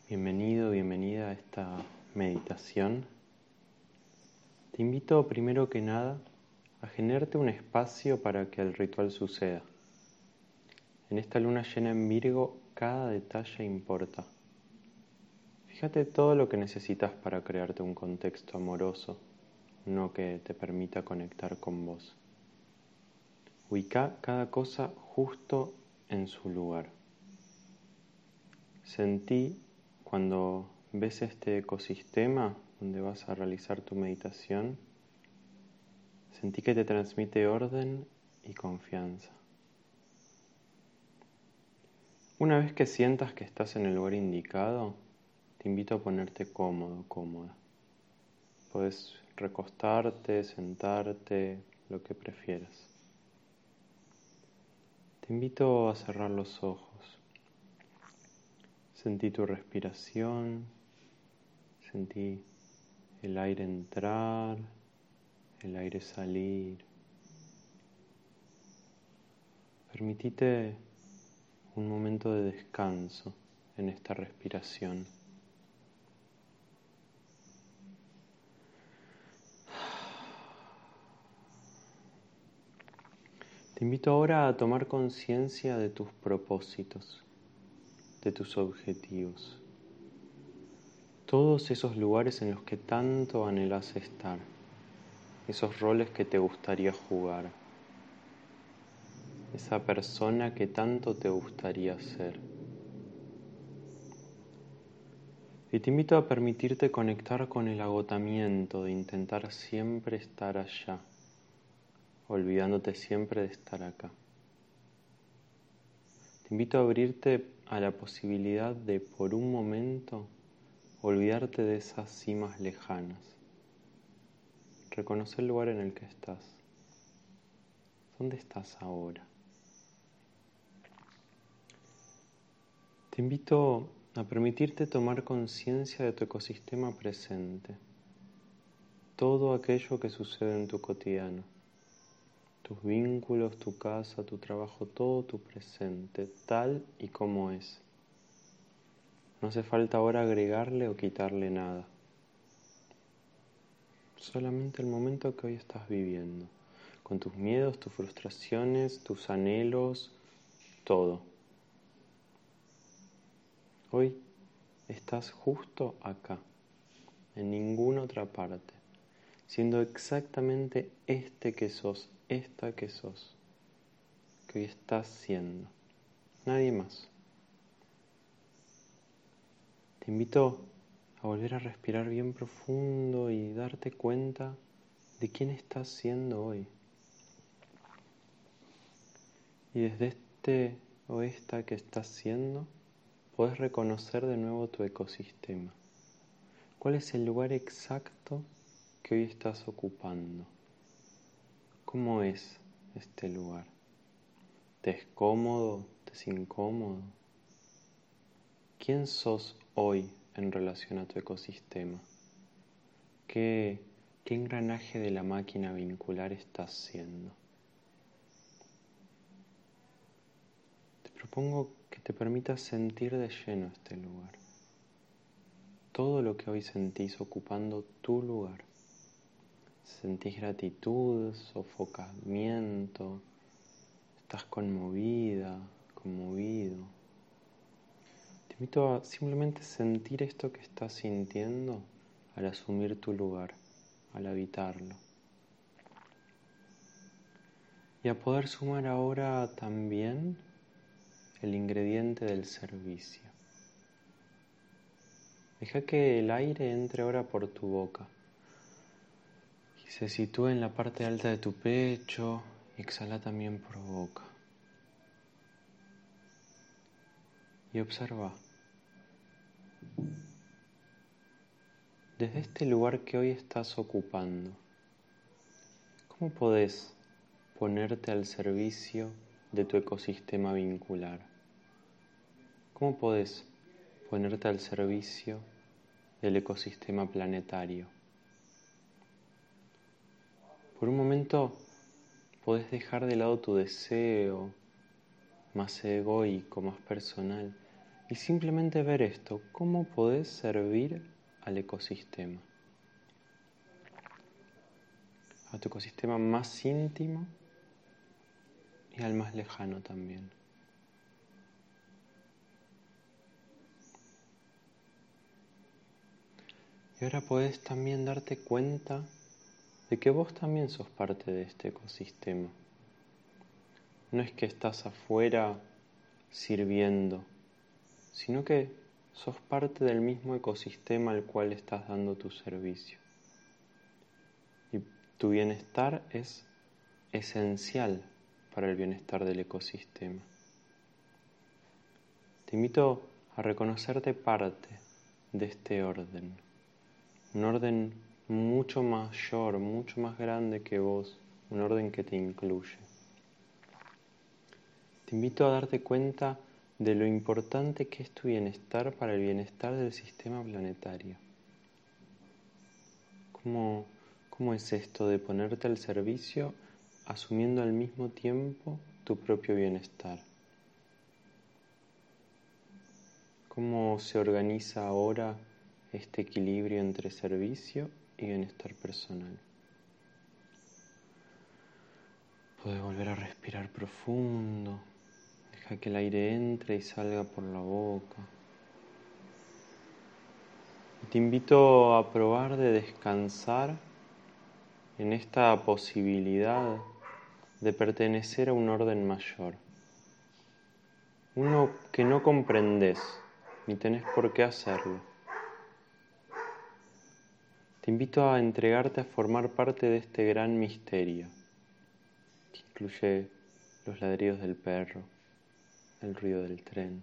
Bienvenido, bienvenida a esta meditación. Te invito primero que nada a generarte un espacio para que el ritual suceda. En esta luna llena en Virgo, cada detalle importa. Fíjate todo lo que necesitas para crearte un contexto amoroso, uno que te permita conectar con vos. Ubica cada cosa justo en su lugar. Sentí cuando ves este ecosistema donde vas a realizar tu meditación, sentí que te transmite orden y confianza. Una vez que sientas que estás en el lugar indicado, te invito a ponerte cómodo, cómoda. Puedes recostarte, sentarte, lo que prefieras. Te invito a cerrar los ojos. Sentí tu respiración, sentí el aire entrar, el aire salir. Permitite un momento de descanso en esta respiración. Te invito ahora a tomar conciencia de tus propósitos, de tus objetivos, todos esos lugares en los que tanto anhelas estar, esos roles que te gustaría jugar, esa persona que tanto te gustaría ser. Y te invito a permitirte conectar con el agotamiento de intentar siempre estar allá, olvidándote siempre de estar acá. Te invito a abrirte a la posibilidad de, por un momento, olvidarte de esas cimas lejanas. Reconocer el lugar en el que estás. ¿Dónde estás ahora? Te invito a permitirte tomar conciencia de tu ecosistema presente. Todo aquello que sucede en tu cotidiano. Tus vínculos, tu casa, tu trabajo, todo tu presente, tal y como es. No hace falta ahora agregarle o quitarle nada. Solamente el momento que hoy estás viviendo, con tus miedos, tus frustraciones, tus anhelos, todo. Hoy estás justo acá, en ninguna otra parte, siendo exactamente este que sos, esta que sos, que hoy estás siendo, nadie más. Te invito a volver a respirar bien profundo y darte cuenta de quién estás siendo hoy. Y desde este o esta que estás siendo, podés reconocer de nuevo tu ecosistema. ¿Cuál es el lugar exacto que hoy estás ocupando? ¿Cómo es este lugar? ¿Te es cómodo? ¿Te es incómodo? ¿Quién sos hoy en relación a tu ecosistema? ¿Qué engranaje de la máquina vincular estás siendo? Te propongo que te permitas sentir de lleno este lugar. Todo lo que hoy sentís ocupando tu lugar. Sentís gratitud, sofocamiento, estás conmovida, conmovido. Te invito a simplemente sentir esto que estás sintiendo al asumir tu lugar, al habitarlo. Y a poder sumar ahora también el ingrediente del servicio. Deja que el aire entre ahora por tu boca y se sitúe en la parte alta de tu pecho y exhala también por boca. Y observa. Desde este lugar que hoy estás ocupando, ¿cómo podés ponerte al servicio de tu ecosistema vincular? ¿Cómo podés ponerte al servicio del ecosistema planetario? Por un momento podés dejar de lado tu deseo más egoico, más personal, Y simplemente ver esto, cómo podés servir al ecosistema. A tu ecosistema más íntimo y al más lejano también. Y ahora podés también darte cuenta de que vos también sos parte de este ecosistema. No es que estás afuera sirviendo, sino que sos parte del mismo ecosistema al cual estás dando tu servicio. Y tu bienestar es esencial para el bienestar del ecosistema. Te invito a reconocerte parte de este orden, un orden mucho mayor, mucho más grande que vos, un orden que te incluye. Te invito a darte cuenta de lo importante que es tu bienestar para el bienestar del sistema planetario. ¿Cómo es esto de ponerte al servicio asumiendo al mismo tiempo tu propio bienestar? ¿Cómo se organiza ahora este equilibrio entre servicio y bienestar personal? Puedes volver a respirar profundo. Deja que el aire entre y salga por la boca. Y te invito a probar de descansar en esta posibilidad de pertenecer a un orden mayor. Uno que no comprendes, ni tenés por qué hacerlo. Te invito a entregarte a formar parte de este gran misterio, que incluye los ladridos del perro, el ruido del tren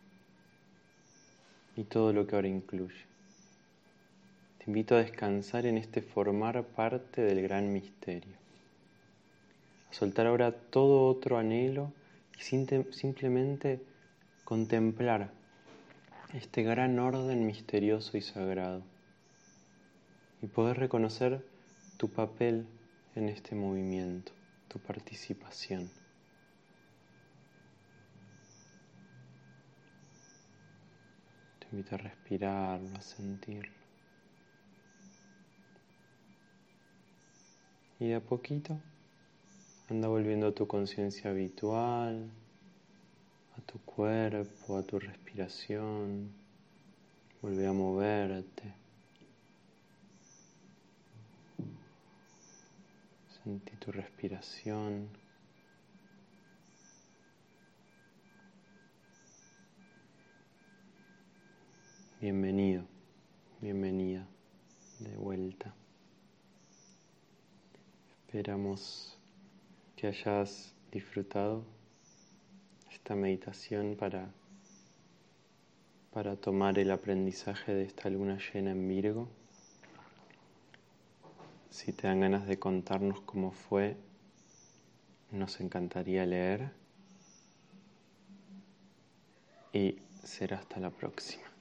y todo lo que ahora incluye. Te invito a descansar en este formar parte del gran misterio, a soltar ahora todo otro anhelo y simplemente contemplar este gran orden misterioso y sagrado y poder reconocer tu papel en este movimiento, tu participación. Te invito a respirarlo, a sentirlo. Y de a poquito anda volviendo a tu conciencia habitual, a tu cuerpo, a tu respiración. Vuelve a moverte. Sentí tu respiración. Bienvenido, bienvenida de vuelta. Esperamos que hayas disfrutado esta meditación para tomar el aprendizaje de esta luna llena en Virgo. Si te dan ganas de contarnos cómo fue, nos encantaría leer. Y será hasta la próxima.